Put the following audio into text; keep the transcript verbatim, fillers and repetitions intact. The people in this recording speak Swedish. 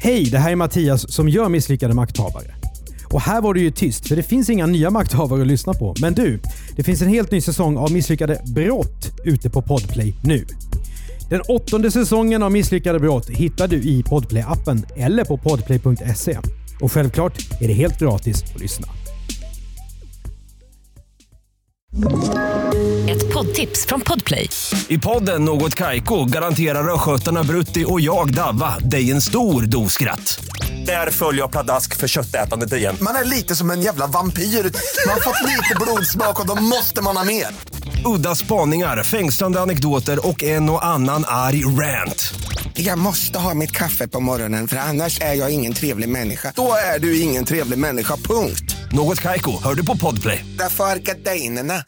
Hej, det här är Mattias som gör Misslyckade makthavare. Och här var det ju tyst, för det finns inga nya makthavare att lyssna på. Men du, det finns en helt ny säsong av Misslyckade brott ute på Podplay nu. Den åttonde säsongen av Misslyckade brott hittar du i Podplay-appen eller på podplay punkt se. Och självklart är det helt gratis att lyssna. Ett poddtips från Podplay. I podden Något Kaiko garanterar röskötarna Brutti och jag Davva dig en stor doskratt. Där följer jag pladask för köttätandet igen. Man är lite som en jävla vampyr. Man har fått lite blodsmak och då måste man ha mer. Udda spaningar, fängslande anekdoter och en och annan arg rant. Jag måste ha mitt kaffe på morgonen för annars är jag ingen trevlig människa. Då är du ingen trevlig människa, punkt. Något Kaiko, hör du på Podplay. Därför är gardinerna.